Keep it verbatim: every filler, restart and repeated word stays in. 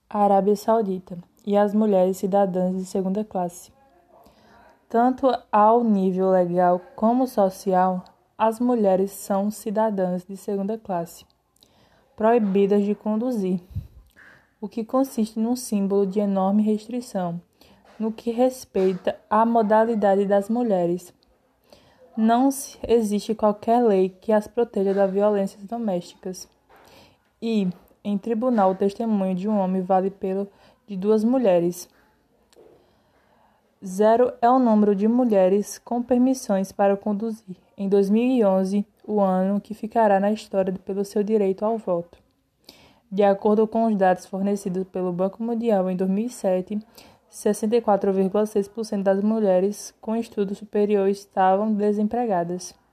a Arábia Saudita e as mulheres cidadãs de segunda classe. Tanto ao nível legal como social, as mulheres são cidadãs de segunda classe, proibidas de conduzir, o que consiste num símbolo de enorme restrição no que respeita à modalidade das mulheres. Não existe qualquer lei que as proteja das violências domésticas. E, em tribunal, o testemunho de um homem vale pelo de duas mulheres. Zero é o número de mulheres com permissões para conduzir. Em dois mil e onze, o ano que ficará na história pelo seu direito ao voto. De acordo com os dados fornecidos pelo Banco Mundial em dois mil e sete, sessenta e quatro vírgula seis por cento das mulheres com estudo superior estavam desempregadas.